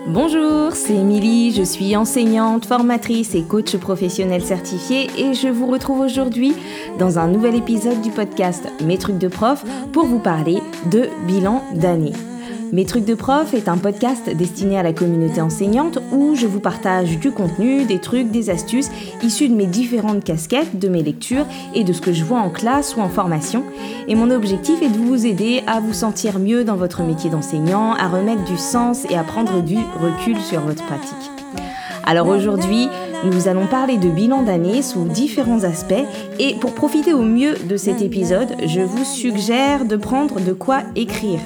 Bonjour, c'est Émilie, je suis enseignante, formatrice et coach professionnel certifié et je vous retrouve aujourd'hui dans un nouvel épisode du podcast Mes trucs de prof pour vous parler de bilan d'année. Mes trucs de prof est un podcast destiné à la communauté enseignante où je vous partage du contenu, des trucs, des astuces issus de mes différentes casquettes, de mes lectures et de ce que je vois en classe ou en formation. Et mon objectif est de vous aider à vous sentir mieux dans votre métier d'enseignant, à remettre du sens et à prendre du recul sur votre pratique. Alors aujourd'hui, nous allons parler de bilan d'année sous différents aspects et pour profiter au mieux de cet épisode, je vous suggère de prendre de quoi écrire.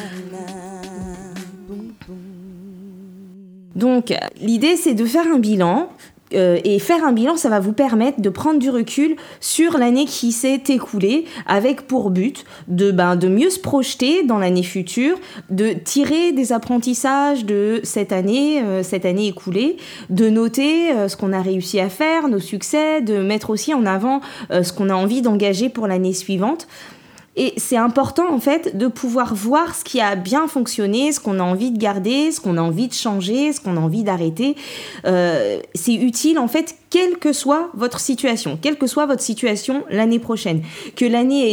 Donc, l'idée, c'est de faire un bilan. Et faire un bilan, ça va vous permettre de prendre du recul sur l'année qui s'est écoulée, avec pour but de mieux se projeter dans l'année future, de tirer des apprentissages de cette année écoulée, de noter ce qu'on a réussi à faire, nos succès, de mettre aussi en avant ce qu'on a envie d'engager pour l'année suivante. Et c'est important en fait de pouvoir voir ce qui a bien fonctionné, ce qu'on a envie de garder, ce qu'on a envie de changer, ce qu'on a envie d'arrêter. C'est utile en fait quelle que soit votre situation l'année prochaine. Que l'année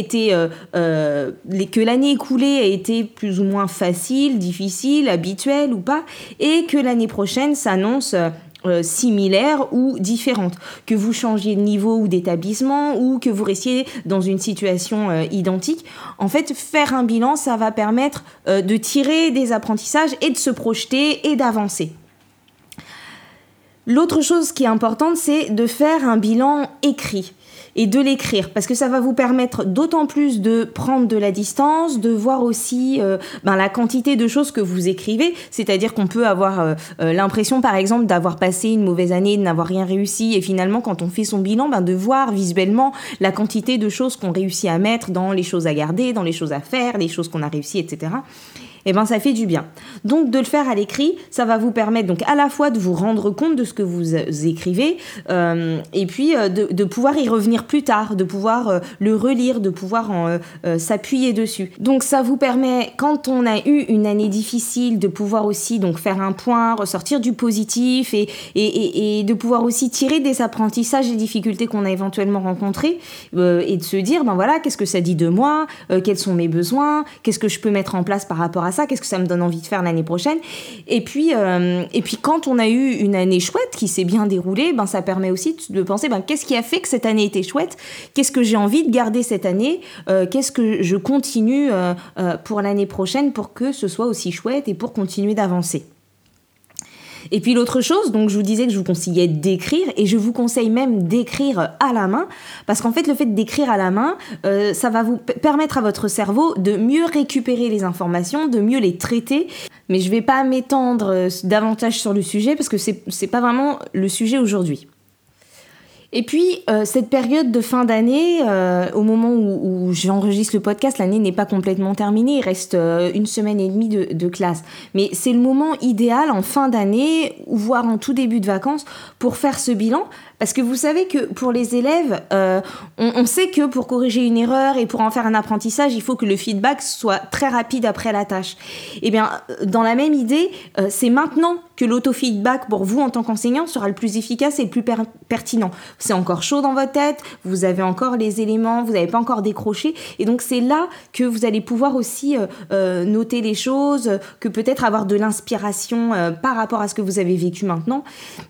écoulée a été plus ou moins facile, difficile, habituelle ou pas, et que l'année prochaine s'annonce similaires ou différentes, que vous changiez de niveau ou d'établissement ou que vous restiez dans une situation identique. En fait, faire un bilan, ça va permettre de tirer des apprentissages et de se projeter et d'avancer. L'autre chose qui est importante, c'est de faire un bilan écrit et de l'écrire, parce que ça va vous permettre d'autant plus de prendre de la distance, de voir aussi la quantité de choses que vous écrivez, c'est-à-dire qu'on peut avoir l'impression par exemple d'avoir passé une mauvaise année, de n'avoir rien réussi, et finalement quand on fait son bilan, de voir visuellement la quantité de choses qu'on réussit à mettre dans les choses à garder, dans les choses à faire, les choses qu'on a réussi, etc. Ça fait du bien. Donc, de le faire à l'écrit, ça va vous permettre donc à la fois de vous rendre compte de ce que vous écrivez et puis de pouvoir y revenir plus tard, de pouvoir le relire, de pouvoir s'appuyer dessus. Donc, ça vous permet, quand on a eu une année difficile, de pouvoir aussi donc faire un point, ressortir du positif et de pouvoir aussi tirer des apprentissages des difficultés qu'on a éventuellement rencontrées et de se dire, qu'est-ce que ça dit de moi, quels sont mes besoins, qu'est-ce que je peux mettre en place par rapport à ça, qu'est-ce que ça me donne envie de faire l'année prochaine. Et puis quand on a eu une année chouette qui s'est bien déroulée, ça permet aussi de penser qu'est-ce qui a fait que cette année était chouette, qu'est-ce que j'ai envie de garder cette année, qu'est-ce que je continue pour l'année prochaine pour que ce soit aussi chouette et pour continuer d'avancer. Et puis l'autre chose, donc je vous disais que je vous conseillais d'écrire, et je vous conseille même d'écrire à la main, parce qu'en fait le fait d'écrire à la main, ça va vous permettre à votre cerveau de mieux récupérer les informations, de mieux les traiter. Mais je vais pas m'étendre davantage sur le sujet, parce que c'est pas vraiment le sujet aujourd'hui. Et puis, cette période de fin d'année, au moment où j'enregistre le podcast, l'année n'est pas complètement terminée, il reste 1 semaine et demie de classe. Mais c'est le moment idéal en fin d'année, voire en tout début de vacances, pour faire ce bilan. Parce que vous savez que pour les élèves, on sait que pour corriger une erreur et pour en faire un apprentissage, il faut que le feedback soit très rapide après la tâche. Eh bien, dans la même idée, c'est maintenant que l'autofeedback pour vous en tant qu'enseignant sera le plus efficace et le plus pertinent. C'est encore chaud dans votre tête, vous avez encore les éléments, vous n'avez pas encore décroché, et donc c'est là que vous allez pouvoir aussi noter les choses, que peut-être avoir de l'inspiration par rapport à ce que vous avez vécu maintenant.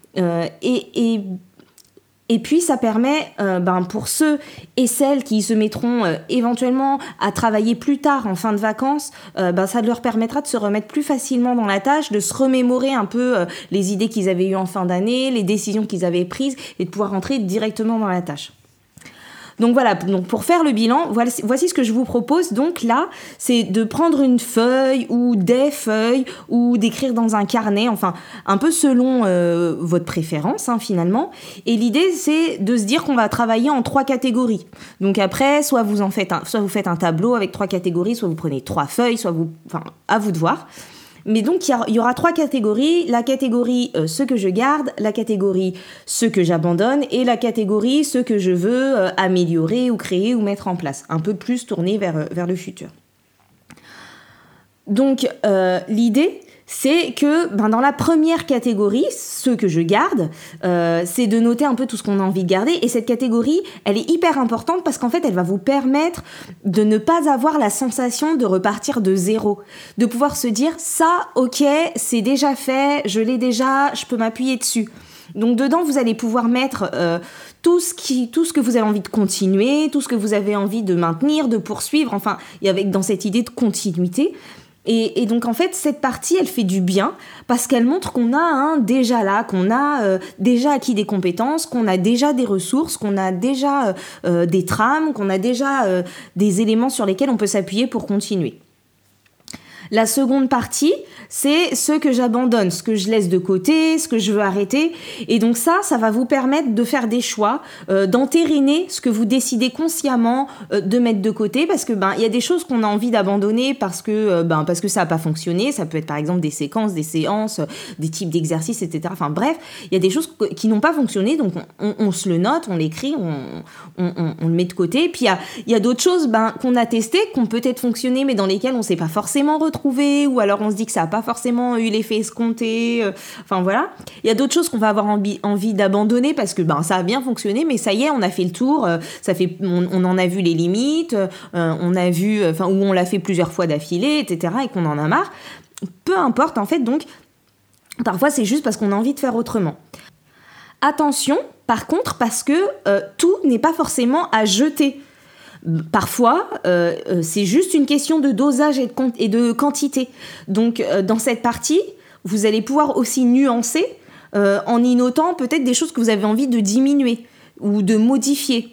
Et puis, ça permet, pour ceux et celles qui se mettront éventuellement à travailler plus tard en fin de vacances, ça leur permettra de se remettre plus facilement dans la tâche, de se remémorer un peu les idées qu'ils avaient eues en fin d'année, les décisions qu'ils avaient prises, et de pouvoir rentrer directement dans la tâche. Donc voilà, pour faire le bilan, voici ce que je vous propose. Donc là, c'est de prendre une feuille ou des feuilles ou d'écrire dans un carnet, enfin un peu selon votre préférence finalement. Et l'idée, c'est de se dire qu'on va travailler en 3 catégories. Donc après, soit vous faites un tableau avec 3 catégories, soit vous prenez 3 feuilles, à vous de voir. Mais donc, il y aura 3 catégories. La catégorie ce que je garde, la catégorie ce que j'abandonne et la catégorie ce que je veux améliorer ou créer ou mettre en place. Un peu plus tourné vers le futur. Donc, l'idée, c'est que dans la première catégorie, ceux que je garde, c'est de noter un peu tout ce qu'on a envie de garder. Et cette catégorie, elle est hyper importante parce qu'en fait, elle va vous permettre de ne pas avoir la sensation de repartir de zéro. De pouvoir se dire, ça, ok, c'est déjà fait, je l'ai déjà, je peux m'appuyer dessus. Donc dedans, vous allez pouvoir mettre tout ce que vous avez envie de continuer, tout ce que vous avez envie de maintenir, de poursuivre, enfin, et avec dans cette idée de continuité. Et donc, en fait, cette partie, elle fait du bien parce qu'elle montre qu'on a déjà là, qu'on a déjà acquis des compétences, qu'on a déjà des ressources, qu'on a déjà des trames, qu'on a déjà des éléments sur lesquels on peut s'appuyer pour continuer. La seconde partie, c'est ce que j'abandonne, ce que je laisse de côté, ce que je veux arrêter. Et donc ça va vous permettre de faire des choix, d'entériner ce que vous décidez consciemment de mettre de côté, parce que il y a des choses qu'on a envie d'abandonner parce que ça n'a pas fonctionné. Ça peut être par exemple des séquences, des séances, des types d'exercices, etc. Enfin bref, il y a des choses qui n'ont pas fonctionné, donc on se le note, on l'écrit, on le met de côté. Puis il y a d'autres choses qu'on a testées, qui ont peut-être fonctionné, mais dans lesquelles on ne s'est pas forcément retrouvé, ou alors on se dit que ça n'a pas forcément eu l'effet escompté, enfin voilà. Il y a d'autres choses qu'on va avoir envie d'abandonner parce que ça a bien fonctionné, mais ça y est, on a fait le tour, on en a vu les limites, on a vu, ou on l'a fait plusieurs fois d'affilée, etc., et qu'on en a marre. Peu importe en fait, donc parfois c'est juste parce qu'on a envie de faire autrement. Attention, par contre, parce que tout n'est pas forcément à jeter. Parfois, c'est juste une question de dosage et de quantité. Donc, dans cette partie, vous allez pouvoir aussi nuancer en y notant peut-être des choses que vous avez envie de diminuer ou de modifier.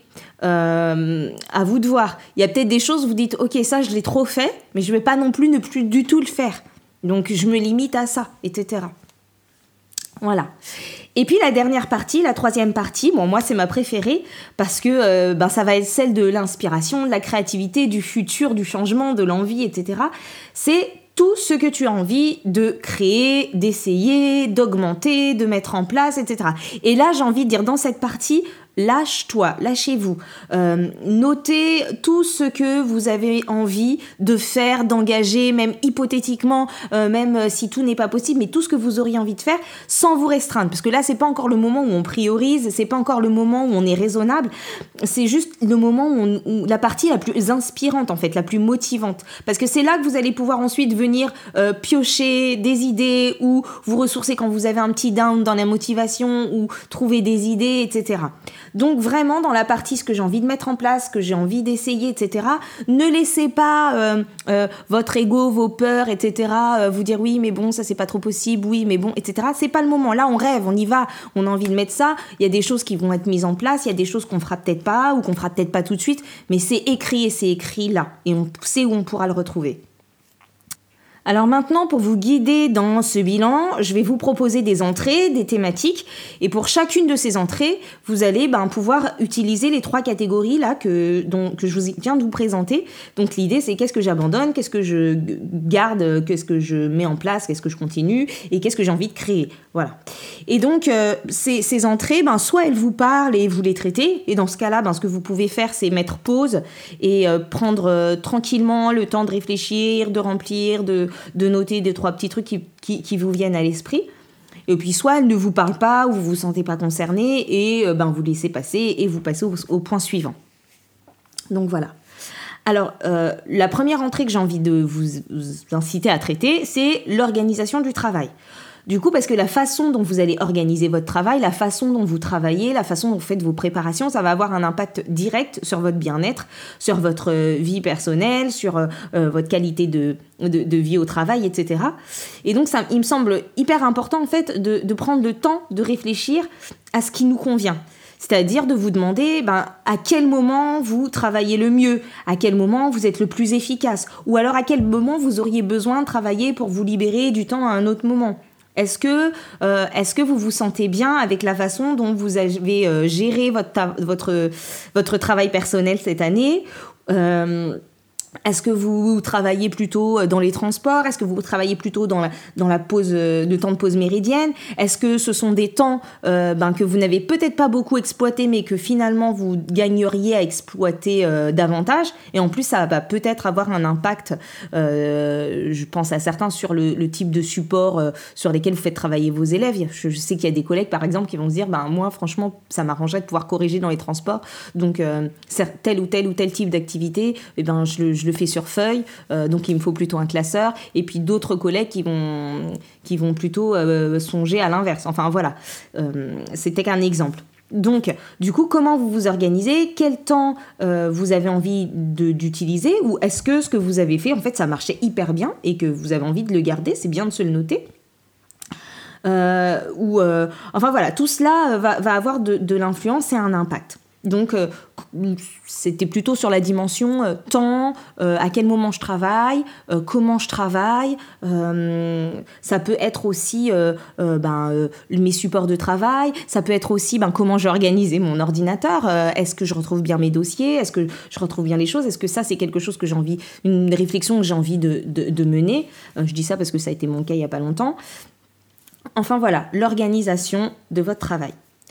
À vous de voir. Il y a peut-être des choses où vous dites « Ok, ça, je l'ai trop fait, mais je ne vais pas non plus ne plus du tout le faire. Donc, je me limite à ça, etc. » Voilà. Et puis la dernière partie, la troisième partie, moi c'est ma préférée parce que ça va être celle de l'inspiration, de la créativité, du futur, du changement, de l'envie, etc. C'est tout ce que tu as envie de créer, d'essayer, d'augmenter, de mettre en place, etc. Et là, j'ai envie de dire dans cette partie, lâche-toi, lâchez-vous. Notez tout ce que vous avez envie de faire, d'engager, même hypothétiquement, même si tout n'est pas possible, mais tout ce que vous auriez envie de faire sans vous restreindre. Parce que là, c'est pas encore le moment où on priorise, c'est pas encore le moment où on est raisonnable, c'est juste le moment où la partie la plus inspirante, en fait, la plus motivante. Parce que c'est là que vous allez pouvoir ensuite venir piocher des idées ou vous ressourcer quand vous avez un petit down dans la motivation ou trouver des idées, etc. Donc vraiment dans la partie ce que j'ai envie de mettre en place, ce que j'ai envie d'essayer, etc. Ne laissez pas votre ego, vos peurs, etc. Vous dire oui mais bon ça c'est pas trop possible, oui mais bon, etc. C'est pas le moment, là on rêve, on y va, on a envie de mettre ça, il y a des choses qui vont être mises en place, il y a des choses qu'on fera peut-être pas ou qu'on fera peut-être pas tout de suite, mais c'est écrit et c'est écrit là et on sait où on pourra le retrouver. Alors maintenant, pour vous guider dans ce bilan, je vais vous proposer des entrées, des thématiques. Et pour chacune de ces entrées, vous allez pouvoir utiliser les 3 catégories là que je viens de vous présenter. Donc l'idée, c'est qu'est-ce que j'abandonne, qu'est-ce que je garde, qu'est-ce que je mets en place, qu'est-ce que je continue et qu'est-ce que j'ai envie de créer. Voilà. Et donc, ces entrées, soit elles vous parlent et vous les traitez. Et dans ce cas-là, ce que vous pouvez faire, c'est mettre pause et prendre tranquillement le temps de réfléchir, de remplir, de noter 2-3 petits trucs qui vous viennent à l'esprit. Et puis, soit elles ne vous parlent pas ou vous vous sentez pas concerné et vous laissez passer et vous passez au point suivant. Donc, voilà. Alors, la première entrée que j'ai envie de vous inciter à traiter, c'est l'organisation du travail. Du coup, parce que la façon dont vous allez organiser votre travail, la façon dont vous travaillez, la façon dont vous faites vos préparations, ça va avoir un impact direct sur votre bien-être, sur votre vie personnelle, sur votre qualité de vie au travail, etc. Et donc, il me semble hyper important, en fait, de prendre le temps de réfléchir à ce qui nous convient. C'est-à-dire de vous demander à quel moment vous travaillez le mieux, à quel moment vous êtes le plus efficace, ou alors à quel moment vous auriez besoin de travailler pour vous libérer du temps à un autre moment. Est-ce que vous vous sentez bien avec la façon dont vous avez géré votre travail personnel cette année Est-ce que vous travaillez plutôt dans les transports? Est-ce que vous travaillez plutôt dans la pause, le temps de pause méridienne? Est-ce que ce sont des temps que vous n'avez peut-être pas beaucoup exploité, mais que finalement vous gagneriez à exploiter davantage? Et en plus, ça va peut-être avoir un impact, je pense à certains, sur le type de support sur lesquels vous faites travailler vos élèves. Je sais qu'il y a des collègues, par exemple, qui vont se dire, moi, franchement, ça m'arrangerait de pouvoir corriger dans les transports. Donc, tel ou tel type d'activité, je le fais sur feuille, donc il me faut plutôt un classeur, et puis d'autres collègues qui vont plutôt songer à l'inverse. Enfin voilà, c'était qu'un exemple. Donc, du coup, comment vous vous organisez? Quel temps vous avez envie d'utiliser? Ou est-ce que ce que vous avez fait, en fait, ça marchait hyper bien et que vous avez envie de le garder? C'est bien de se le noter. Enfin voilà, tout cela va avoir de l'influence et un impact. Donc, c'était plutôt sur la dimension temps, à quel moment je travaille, comment je travaille. Ça peut être aussi mes supports de travail. Ça peut être aussi comment j'ai organisé mon ordinateur. Est-ce que je retrouve bien mes dossiers? Est-ce que je retrouve bien les choses? Est-ce que ça, c'est quelque chose que j'ai envie, une réflexion que j'ai envie de mener? Je dis ça parce que ça a été mon cas il n'y a pas longtemps. Enfin voilà, l'organisation de votre travail.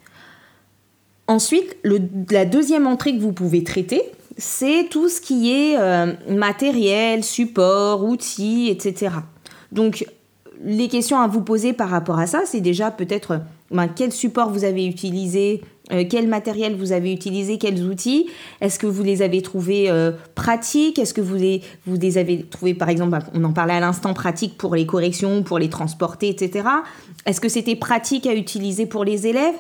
Ensuite, la deuxième entrée que vous pouvez traiter, c'est tout ce qui est matériel, support, outils, etc. Donc, les questions à vous poser par rapport à ça, c'est déjà peut-être quel support vous avez utilisé, quel matériel vous avez utilisé, quels outils. Est-ce que vous les avez trouvés pratiques? Est-ce que vous les avez trouvés, par exemple, on en parlait à l'instant, pratiques pour les corrections, pour les transporter, etc. Est-ce que c'était pratique à utiliser pour les élèves?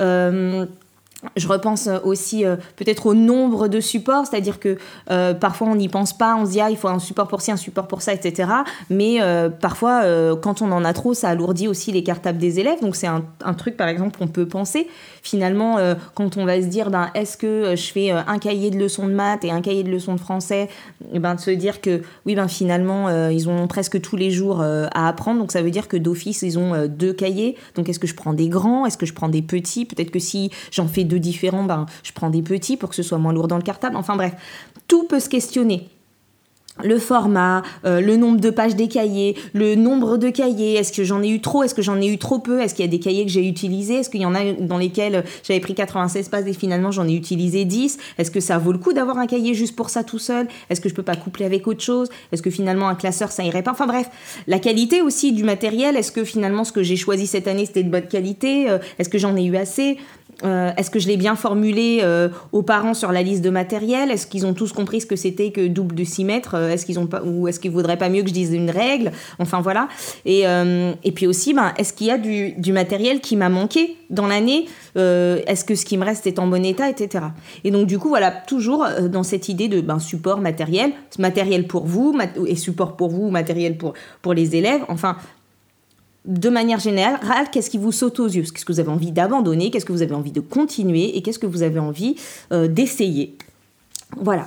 Je repense aussi peut-être au nombre de supports, c'est-à-dire que parfois on n'y pense pas, on se dit il faut un support pour ci, un support pour ça, etc. Mais parfois, quand on en a trop, ça alourdit aussi les cartables des élèves. Donc c'est un truc, par exemple, qu'on peut penser. Finalement, quand on va se dire est-ce que je fais un cahier de leçons de maths et un cahier de leçons de français, de se dire que oui, finalement, ils ont presque tous les jours à apprendre. Donc ça veut dire que d'office, ils ont 2 cahiers. Donc est-ce que je prends des grands? Est-ce que je prends des petits? Peut-être que si j'en fais 2 différents, je prends des petits pour que ce soit moins lourd dans le cartable. Enfin bref, tout peut se questionner. Le format, le nombre de pages des cahiers, le nombre de cahiers, est-ce que j'en ai eu trop, est-ce que j'en ai eu trop peu, est-ce qu'il y a des cahiers que j'ai utilisés, est-ce qu'il y en a dans lesquels j'avais pris 96 pages et finalement j'en ai utilisé 10, est-ce que ça vaut le coup d'avoir un cahier juste pour ça tout seul, est-ce que je peux pas coupler avec autre chose, est-ce que finalement un classeur ça irait pas, enfin bref, la qualité aussi du matériel, est-ce que finalement ce que j'ai choisi cette année c'était de bonne qualité, est-ce que j'en ai eu assez, est-ce que je l'ai bien formulé aux parents sur la liste de matériel? Est-ce qu'ils ont tous compris ce que c'était que double de 6 mètres? Est-ce qu'ils ont pas, ou est-ce qu'il vaudrait pas mieux que je dise une règle? Enfin voilà. Et puis aussi, est-ce qu'il y a du matériel qui m'a manqué dans l'année? Est-ce que ce qui me reste est en bon état, etc. Et donc du coup, voilà, toujours dans cette idée de support matériel pour vous et support pour vous, matériel pour les élèves. Enfin, de manière générale, qu'est-ce qui vous saute aux yeux? Qu'est-ce que vous avez envie d'abandonner? Qu'est-ce que vous avez envie de continuer? Et qu'est-ce que vous avez envie d'essayer? Voilà.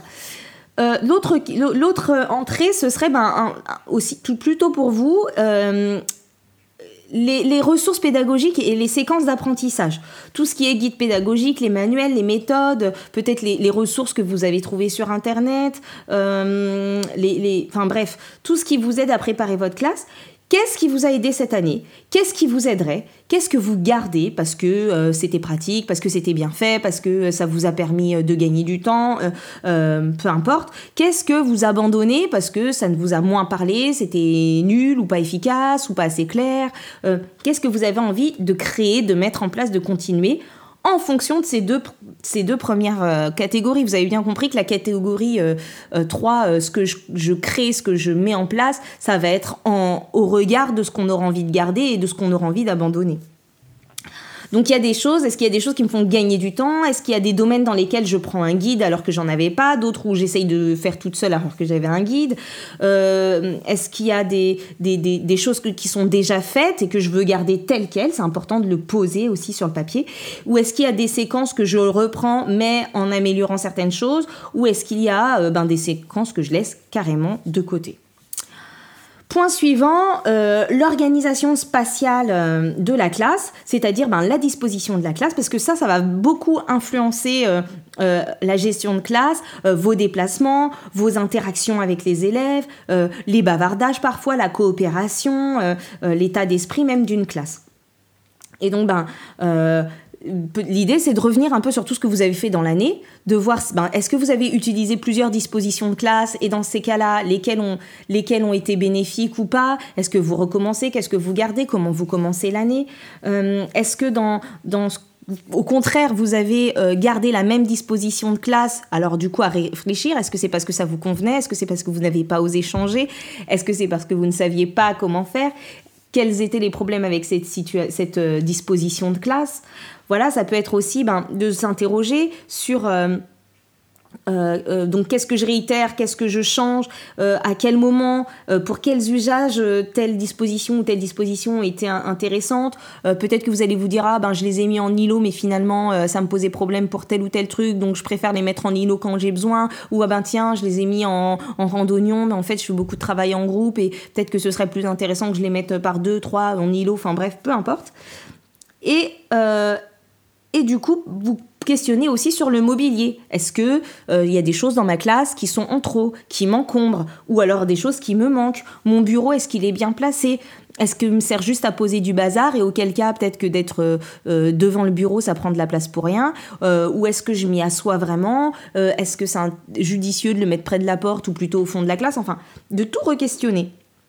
L'autre entrée, ce serait aussi plutôt pour vous les ressources pédagogiques et les séquences d'apprentissage. Tout ce qui est guide pédagogique, les manuels, les méthodes, peut-être les ressources que vous avez trouvées sur Internet, enfin bref, tout ce qui vous aide à préparer votre classe. Qu'est-ce qui vous a aidé cette année? Qu'est-ce qui vous aiderait? Qu'est-ce que vous gardez parce que c'était pratique, parce que c'était bien fait, parce que ça vous a permis de gagner du temps, peu importe. Qu'est-ce que vous abandonnez parce que ça ne vous a moins parlé, c'était nul ou pas efficace ou pas assez clair? Qu'est-ce que vous avez envie de créer, de mettre en place, de continuer en fonction de ces deux premières catégories? Vous avez bien compris que la catégorie 3, ce que je crée, ce que je mets en place, ça va être au regard de ce qu'on aura envie de garder et de ce qu'on aura envie d'abandonner. Donc il y a des choses, est-ce qu'il y a des choses qui me font gagner du temps? Est-ce qu'il y a des domaines dans lesquels je prends un guide alors que j'en avais pas? D'autres où j'essaye de faire toute seule alors que j'avais un guide? Est-ce qu'il y a des choses qui sont déjà faites et que je veux garder telles quelles? C'est important de le poser aussi sur le papier. Ou est-ce qu'il y a des séquences que je reprends mais en améliorant certaines choses? Ou est-ce qu'il y a des séquences que je laisse carrément de côté? Point suivant, l'organisation spatiale de la classe, c'est-à-dire la disposition de la classe, parce que ça va beaucoup influencer la gestion de classe, vos déplacements, vos interactions avec les élèves, les bavardages parfois, la coopération, l'état d'esprit même d'une classe. Et donc, l'idée, c'est de revenir un peu sur tout ce que vous avez fait dans l'année, de voir, est-ce que vous avez utilisé plusieurs dispositions de classe, et dans ces cas-là, lesquelles ont été bénéfiques ou pas? Est-ce que vous recommencez? Qu'est-ce que vous gardez? Comment vous commencez l'année? Est-ce que au contraire, vous avez gardé la même disposition de classe? Alors du coup, à réfléchir, est-ce que c'est parce que ça vous convenait? Est-ce que c'est parce que vous n'avez pas osé changer? Est-ce que c'est parce que vous ne saviez pas comment faire? Quels étaient les problèmes avec cette disposition de classe? Voilà, ça peut être aussi de s'interroger sur donc qu'est-ce que je réitère, qu'est-ce que je change, à quel moment, pour quels usages telle disposition ou telle disposition était intéressante. Peut-être que vous allez vous dire je les ai mis en îlot mais finalement ça me posait problème pour tel ou tel truc, donc je préfère les mettre en îlot quand j'ai besoin, ou tiens, je les ai mis en randonnion mais en fait je fais beaucoup de travail en groupe et peut-être que ce serait plus intéressant que je les mette par 2, 3 en îlot, enfin bref, peu importe. Et du coup, vous questionnez aussi sur le mobilier. Est-ce que y a des choses dans ma classe qui sont en trop, qui m'encombrent, ou alors des choses qui me manquent? Mon bureau, est-ce qu'il est bien placé? Est-ce qu'il me sert juste à poser du bazar, et auquel cas peut-être que d'être devant le bureau, ça prend de la place pour rien? Ou est-ce que je m'y assois vraiment? Est-ce que c'est judicieux de le mettre près de la porte ou plutôt au fond de la classe? Enfin, de tout re-questionner.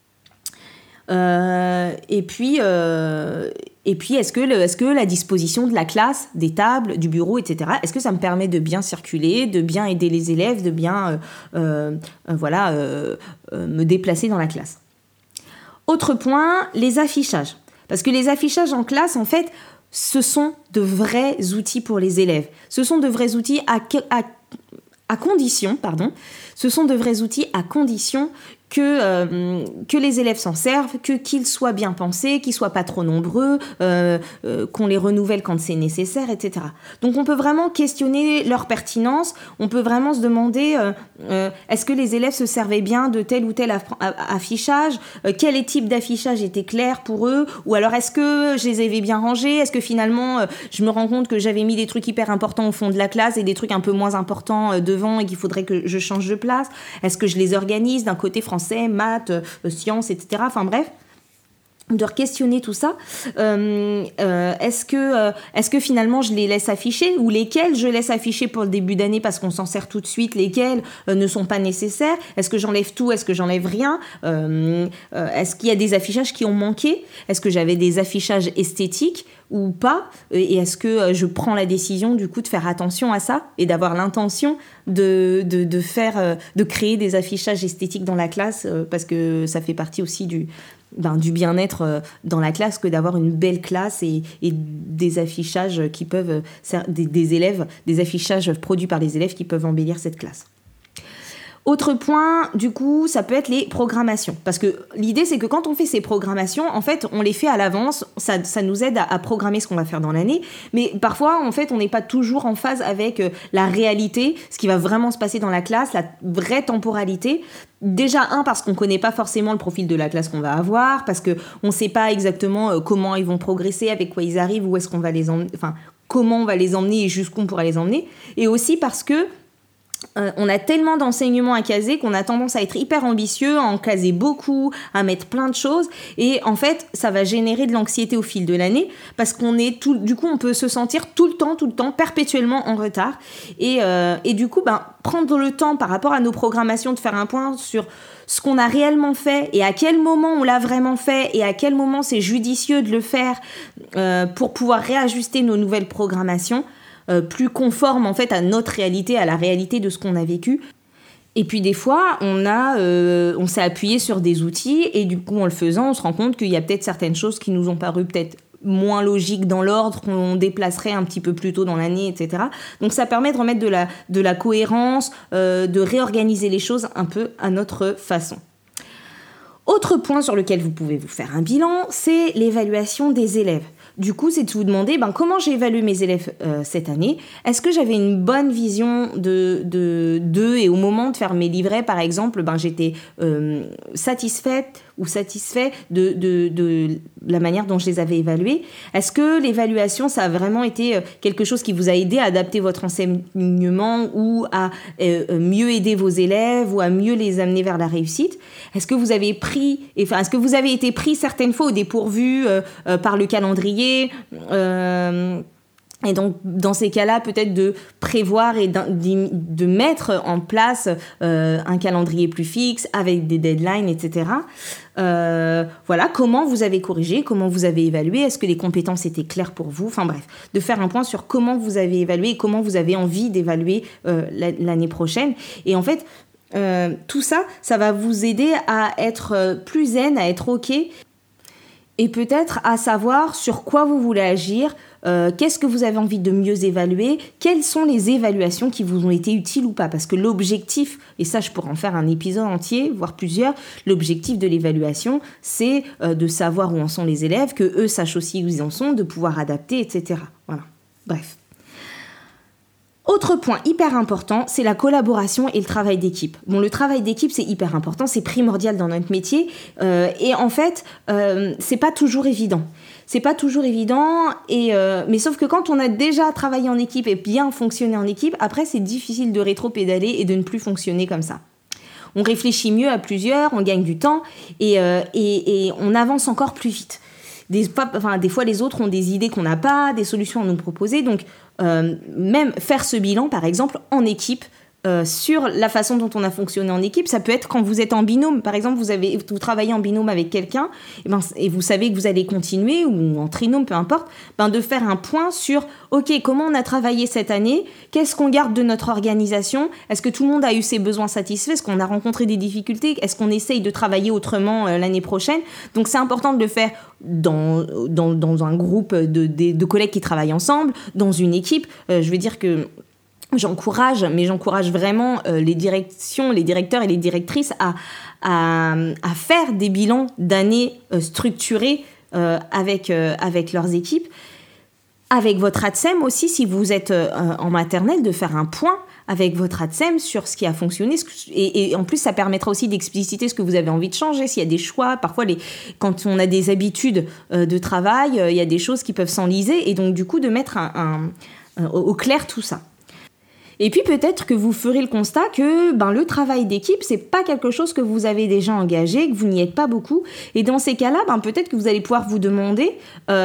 Et puis, est-ce que la disposition de la classe, des tables, du bureau, etc., est-ce que ça me permet de bien circuler, de bien aider les élèves, de bien me déplacer dans la classe? Autre point, les affichages. Parce que les affichages en classe, en fait, ce sont de vrais outils pour les élèves. Ce sont de vrais outils à condition que les élèves s'en servent, qu'ils soient bien pensés, qu'ils soient pas trop nombreux, qu'on les renouvelle quand c'est nécessaire, etc. Donc on peut vraiment questionner leur pertinence, on peut vraiment se demander est-ce que les élèves se servaient bien de tel ou tel affichage, quel type d'affichage était clair pour eux, ou alors est-ce que je les avais bien rangés, est-ce que finalement je me rends compte que j'avais mis des trucs hyper importants au fond de la classe et des trucs un peu moins importants devant et qu'il faudrait que je change de place, est-ce que je les organise d'un côté français, maths, sciences, etc. Enfin bref, de re-questionner tout ça. Est-ce que finalement je les laisse afficher, ou lesquels je laisse afficher pour le début d'année parce qu'on s'en sert tout de suite, lesquels ne sont pas nécessaires? Est-ce que j'enlève tout? Est-ce que j'enlève rien? Est-ce qu'il y a des affichages qui ont manqué? Est-ce que j'avais des affichages esthétiques ou pas? Et est-ce que je prends la décision du coup de faire attention à ça et d'avoir l'intention de créer des affichages esthétiques dans la classe, parce que ça fait partie aussi du bien-être dans la classe, que d'avoir une belle classe et des affichages qui peuvent des affichages produits par les élèves qui peuvent embellir cette classe. Autre point, du coup, ça peut être les programmations. Parce que l'idée, c'est que quand on fait ces programmations, en fait, on les fait à l'avance. Ça nous aide à programmer ce qu'on va faire dans l'année. Mais parfois, en fait, on n'est pas toujours en phase avec la réalité, ce qui va vraiment se passer dans la classe, la vraie temporalité. Déjà, parce qu'on ne connaît pas forcément le profil de la classe qu'on va avoir, parce qu'on ne sait pas exactement comment ils vont progresser, avec quoi ils arrivent, où est-ce qu'on va les emmener, enfin, comment on va les emmener et jusqu'où on pourra les emmener. Et aussi parce que on a tellement d'enseignements à caser qu'on a tendance à être hyper ambitieux, à en caser beaucoup, à mettre plein de choses, et en fait ça va générer de l'anxiété au fil de l'année, parce du coup on peut se sentir tout le temps perpétuellement en retard, et du coup prendre le temps par rapport à nos programmations de faire un point sur ce qu'on a réellement fait et à quel moment on l'a vraiment fait et à quel moment c'est judicieux de le faire pour pouvoir réajuster nos nouvelles programmations plus conforme en fait à notre réalité, à la réalité de ce qu'on a vécu. Et puis des fois, on s'est appuyé sur des outils et du coup en le faisant, on se rend compte qu'il y a peut-être certaines choses qui nous ont paru peut-être moins logiques dans l'ordre, qu'on déplacerait un petit peu plus tôt dans l'année, etc. Donc ça permet de remettre de la cohérence, de réorganiser les choses un peu à notre façon. Autre point sur lequel vous pouvez vous faire un bilan, c'est l'évaluation des élèves. Du coup, c'est de vous demander comment j'ai évalué mes élèves cette année. Est-ce que j'avais une bonne vision d'eux, et au moment de faire mes livrets, par exemple, j'étais satisfaite ou satisfait de la manière dont je les avais évalués? Est-ce que l'évaluation, ça a vraiment été quelque chose qui vous a aidé à adapter votre enseignement ou à mieux aider vos élèves ou à mieux les amener vers la réussite? Est-ce que vous avez été pris certaines fois au dépourvu par le calendrier et donc, dans ces cas-là, peut-être de prévoir et de mettre en place un calendrier plus fixe avec des deadlines, etc. Voilà, comment vous avez corrigé, comment vous avez évalué, est-ce que les compétences étaient claires pour vous? Enfin bref, de faire un point sur comment vous avez évalué et comment vous avez envie d'évaluer l'année prochaine. Et en fait, tout ça, ça va vous aider à être plus zen, à être OK et peut-être à savoir sur quoi vous voulez agir, qu'est-ce que vous avez envie de mieux évaluer, quelles sont les évaluations qui vous ont été utiles ou pas. Parce que l'objectif, et ça je pourrais en faire un épisode entier, voire plusieurs, l'objectif de l'évaluation, c'est de savoir où en sont les élèves, que eux sachent aussi où ils en sont, de pouvoir adapter, etc. Voilà, bref. Autre point hyper important, c'est la collaboration et le travail d'équipe. Bon, le travail d'équipe, c'est hyper important, c'est primordial dans notre métier. Et en fait, c'est pas toujours évident. C'est pas toujours évident, mais sauf que quand on a déjà travaillé en équipe et bien fonctionné en équipe, après, c'est difficile de rétro-pédaler et de ne plus fonctionner comme ça. On réfléchit mieux à plusieurs, on gagne du temps et on avance encore plus vite. Des fois, les autres ont des idées qu'on n'a pas, des solutions à nous proposer. Donc, même faire ce bilan, par exemple, en équipe, sur la façon dont on a fonctionné en équipe, ça peut être quand vous êtes en binôme. Par exemple, vous travaillez en binôme avec quelqu'un et vous savez que vous allez continuer, ou en trinôme, peu importe, de faire un point sur OK, comment on a travaillé cette année, qu'est-ce qu'on garde de notre organisation, est-ce que tout le monde a eu ses besoins satisfaits, est-ce qu'on a rencontré des difficultés, est-ce qu'on essaye de travailler autrement l'année prochaine. Donc c'est important de le faire dans un groupe de collègues qui travaillent ensemble, dans une équipe. Je veux dire que j'encourage vraiment les directions, les directeurs et les directrices à faire des bilans d'années structurés avec leurs équipes. Avec votre ATSEM aussi, si vous êtes en maternelle, de faire un point avec votre ATSEM sur ce qui a fonctionné. Et en plus, ça permettra aussi d'expliciter ce que vous avez envie de changer. S'il y a des choix, parfois, quand on a des habitudes de travail, il y a des choses qui peuvent s'enliser. Et donc, du coup, de mettre au clair tout ça. Et puis peut-être que vous ferez le constat que le travail d'équipe, c'est pas quelque chose que vous avez déjà engagé, que vous n'y êtes pas beaucoup. Et dans ces cas-là, peut-être que vous allez pouvoir vous demander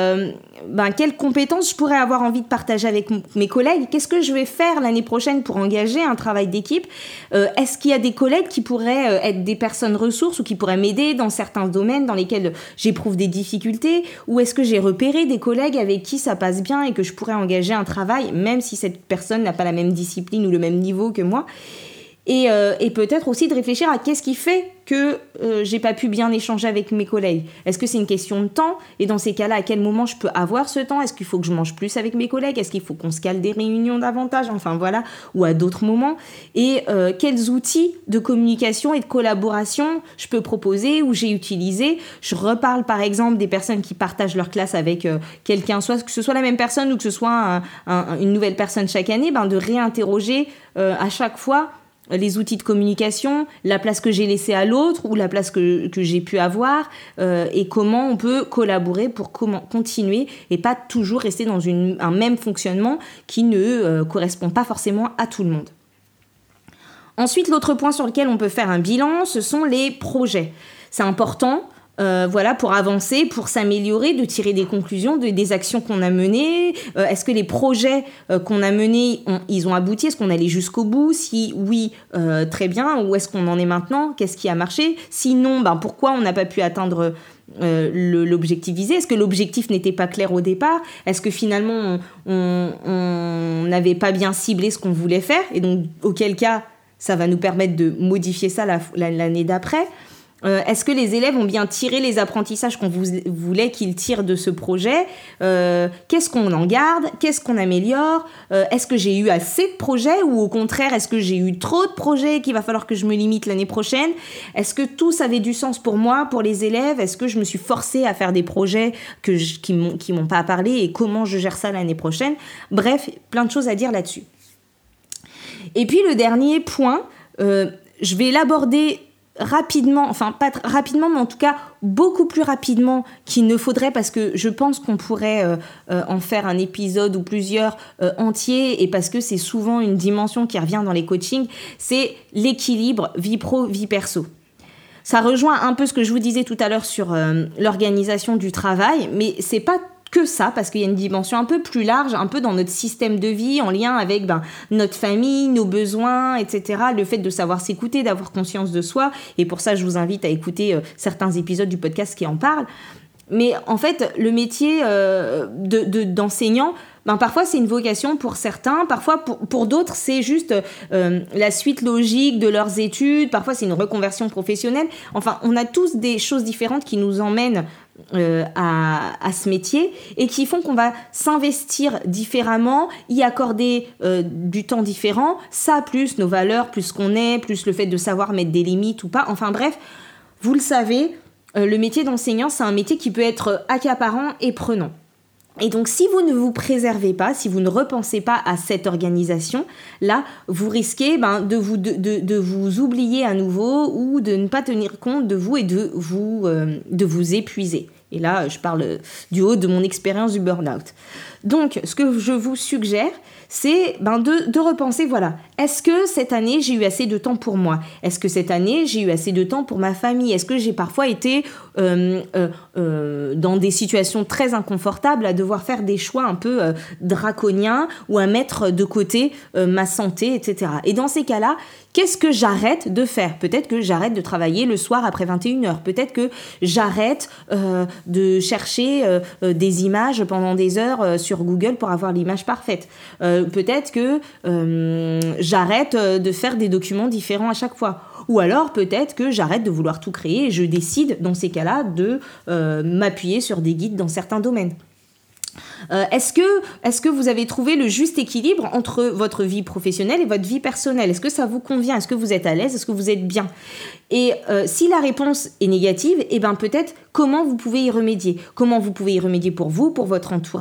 quelles compétences je pourrais avoir envie de partager avec mes collègues. Qu'est-ce que je vais faire l'année prochaine pour engager un travail d'équipe? Est-ce qu'il y a des collègues qui pourraient être des personnes ressources ou qui pourraient m'aider dans certains domaines dans lesquels j'éprouve des difficultés? Ou est-ce que j'ai repéré des collègues avec qui ça passe bien et que je pourrais engager un travail, même si cette personne n'a pas la même discipline ou le même niveau que moi, et peut-être aussi de réfléchir à qu'est-ce qui fait que j'ai pas pu bien échanger avec mes collègues. Est-ce que c'est une question de temps? Et dans ces cas-là, à quel moment je peux avoir ce temps? Est-ce qu'il faut que je mange plus avec mes collègues? Est-ce qu'il faut qu'on se cale des réunions davantage? Enfin voilà, ou à d'autres moments. Et quels outils de communication et de collaboration je peux proposer ou j'ai utilisé? Je reparle par exemple des personnes qui partagent leur classe avec quelqu'un, soit que ce soit la même personne ou que ce soit une nouvelle personne chaque année, de réinterroger à chaque fois les outils de communication, la place que j'ai laissée à l'autre ou la place que j'ai pu avoir, et comment on peut collaborer pour continuer et pas toujours rester dans un même fonctionnement qui ne correspond pas forcément à tout le monde. Ensuite, l'autre point sur lequel on peut faire un bilan, ce sont les projets. C'est important. Pour avancer, pour s'améliorer, de tirer des conclusions des actions qu'on a menées. Est-ce que les projets qu'on a menés, ils ont abouti? Est-ce qu'on allait jusqu'au bout? Si oui, très bien. Où est-ce qu'on en est maintenant? Qu'est-ce qui a marché? Sinon, pourquoi on n'a pas pu atteindre l'objectif visé? Est-ce que l'objectif n'était pas clair au départ? Est-ce que finalement, on n'avait pas bien ciblé ce qu'on voulait faire? Et donc, auquel cas, ça va nous permettre de modifier ça l'année d'après. Est-ce que les élèves ont bien tiré les apprentissages qu'on voulait qu'ils tirent de ce projet? Qu'est-ce qu'on en garde? Qu'est-ce qu'on améliore? Est-ce que j'ai eu assez de projets ou au contraire, est-ce que j'ai eu trop de projets et qu'il va falloir que je me limite l'année prochaine? Est-ce que tous avaient du sens pour moi, pour les élèves? Est-ce que je me suis forcée à faire des projets qui m'ont pas parlé et comment je gère ça l'année prochaine? Bref, plein de choses à dire là-dessus. Et puis le dernier point, je vais l'aborder rapidement, enfin pas rapidement, mais en tout cas beaucoup plus rapidement qu'il ne faudrait, parce que je pense qu'on pourrait en faire un épisode ou plusieurs entiers, et parce que c'est souvent une dimension qui revient dans les coachings, c'est l'équilibre vie pro, vie perso. Ça rejoint un peu ce que je vous disais tout à l'heure sur l'organisation du travail, mais c'est pas que ça, parce qu'il y a une dimension un peu plus large, un peu dans notre système de vie, en lien avec notre famille, nos besoins, etc. Le fait de savoir s'écouter, d'avoir conscience de soi. Et pour ça, je vous invite à écouter certains épisodes du podcast qui en parlent. Mais en fait, le métier d'enseignant, parfois c'est une vocation pour certains, parfois pour d'autres c'est juste la suite logique de leurs études, parfois c'est une reconversion professionnelle. Enfin, on a tous des choses différentes qui nous emmènent à ce métier et qui font qu'on va s'investir différemment, y accorder du temps différent, ça plus nos valeurs, plus ce qu'on est, plus le fait de savoir mettre des limites ou pas. Enfin bref, vous le savez, le métier d'enseignant, c'est un métier qui peut être accaparant et prenant. Et donc, si vous ne vous préservez pas, si vous ne repensez pas à cette organisation, là, vous risquez de vous oublier à nouveau ou de ne pas tenir compte de vous et de vous épuiser. Et là, je parle du haut de mon expérience du burn-out. Donc, ce que je vous suggère, c'est de repenser, voilà, est-ce que cette année, j'ai eu assez de temps pour moi ? Est-ce que cette année, j'ai eu assez de temps pour ma famille ? Est-ce que j'ai parfois été dans des situations très inconfortables à devoir faire des choix un peu draconiens ou à mettre de côté ma santé, etc. Et dans ces cas-là, qu'est-ce que j'arrête de faire ? Peut-être que j'arrête de travailler le soir après 21h. Peut-être que j'arrête de chercher des images pendant des heures sur Google pour avoir l'image parfaite. Peut-être que j'arrête de faire des documents différents à chaque fois. Ou alors peut-être que j'arrête de vouloir tout créer et je décide dans ces cas-là de m'appuyer sur des guides dans certains domaines. Est-ce que vous avez trouvé le juste équilibre entre votre vie professionnelle et votre vie personnelle ? Est-ce que ça vous convient ? Est-ce que vous êtes à l'aise ? Est-ce que vous êtes bien ? Et si la réponse est négative, peut-être comment vous pouvez y remédier ? Comment vous pouvez y remédier pour vous, pour votre entourage ?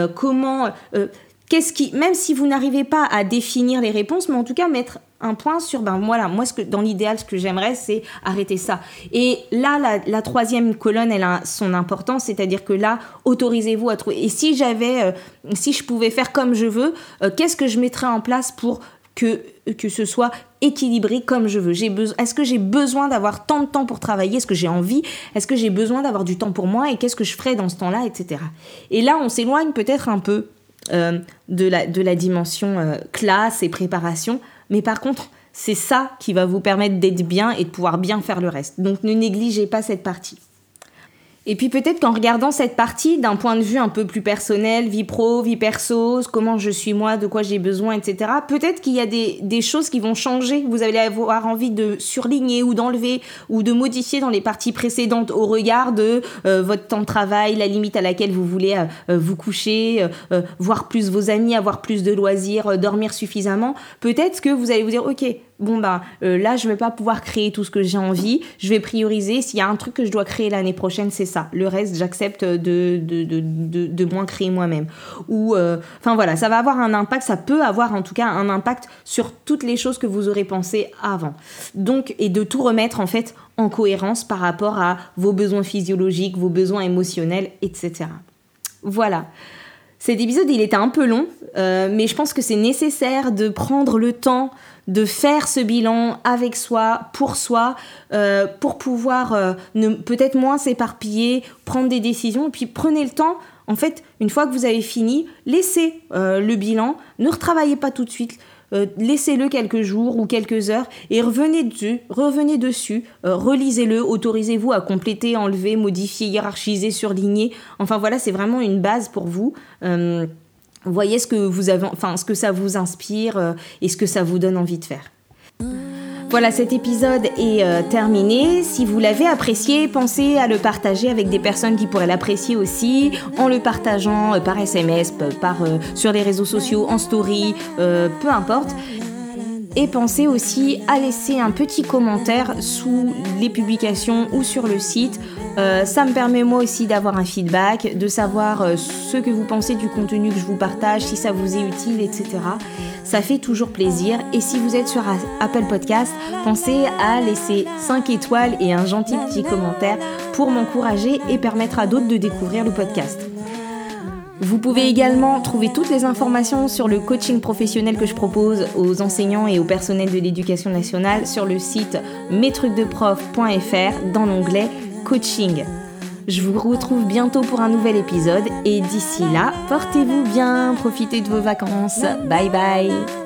Même si vous n'arrivez pas à définir les réponses, mais en tout cas mettre un point sur, moi, dans l'idéal, ce que j'aimerais, c'est arrêter ça. Et là, la troisième colonne, elle a son importance, c'est-à-dire que là, autorisez-vous à trouver. Et si je pouvais faire comme je veux, qu'est-ce que je mettrais en place pour que ce soit équilibré comme je veux ? Est-ce que j'ai besoin d'avoir tant de temps pour travailler ? Est-ce que j'ai envie ? Est-ce que j'ai besoin d'avoir du temps pour moi ? Et qu'est-ce que je ferais dans ce temps-là, etc. Et là, on s'éloigne peut-être un peu de la dimension classe et préparation, mais par contre c'est ça qui va vous permettre d'être bien et de pouvoir bien faire le reste. Donc ne négligez pas cette partie. Et puis peut-être qu'en regardant cette partie d'un point de vue un peu plus personnel, vie pro, vie perso, comment je suis moi, de quoi j'ai besoin, etc., peut-être qu'il y a des choses qui vont changer. Vous allez avoir envie de surligner ou d'enlever ou de modifier dans les parties précédentes au regard de votre temps de travail, la limite à laquelle vous voulez vous coucher, voir plus vos amis, avoir plus de loisirs, dormir suffisamment. Peut-être que vous allez vous dire, ok, là je vais pas pouvoir créer tout ce que j'ai envie, je vais prioriser, s'il y a un truc que je dois créer l'année prochaine, c'est ça, le reste j'accepte de moins créer moi-même. Ou voilà, ça va avoir un impact, ça peut avoir en tout cas un impact sur toutes les choses que vous aurez pensé avant. Donc, et de tout remettre en fait en cohérence par rapport à vos besoins physiologiques, vos besoins émotionnels, etc. Voilà. Cet épisode, il était un peu long, mais je pense que c'est nécessaire de prendre le temps de faire ce bilan avec soi, pour pouvoir peut-être moins s'éparpiller, prendre des décisions, et puis prenez le temps, en fait, une fois que vous avez fini, laissez le bilan, ne retravaillez pas tout de suite, laissez-le quelques jours ou quelques heures et revenez dessus, relisez-le, autorisez-vous à compléter, enlever, modifier, hiérarchiser, surligner. Enfin voilà, c'est vraiment une base pour vous. Voyez ce que ça vous inspire et ce que ça vous donne envie de faire. Voilà, cet épisode est terminé. Si vous l'avez apprécié, pensez à le partager avec des personnes qui pourraient l'apprécier aussi, en le partageant par SMS, sur les réseaux sociaux, en story, peu importe. Et pensez aussi à laisser un petit commentaire sous les publications ou sur le site. Ça me permet moi aussi d'avoir un feedback, de savoir ce que vous pensez du contenu que je vous partage, si ça vous est utile, etc. Ça fait toujours plaisir. Et si vous êtes sur Apple Podcast, pensez à laisser 5 étoiles et un gentil petit commentaire pour m'encourager et permettre à d'autres de découvrir le podcast. Vous pouvez également trouver toutes les informations sur le coaching professionnel que je propose aux enseignants et au personnel de l'éducation nationale sur le site mestrucsdeprof.fr dans l'onglet coaching. Je vous retrouve bientôt pour un nouvel épisode et d'ici là, portez-vous bien, profitez de vos vacances. Bye bye.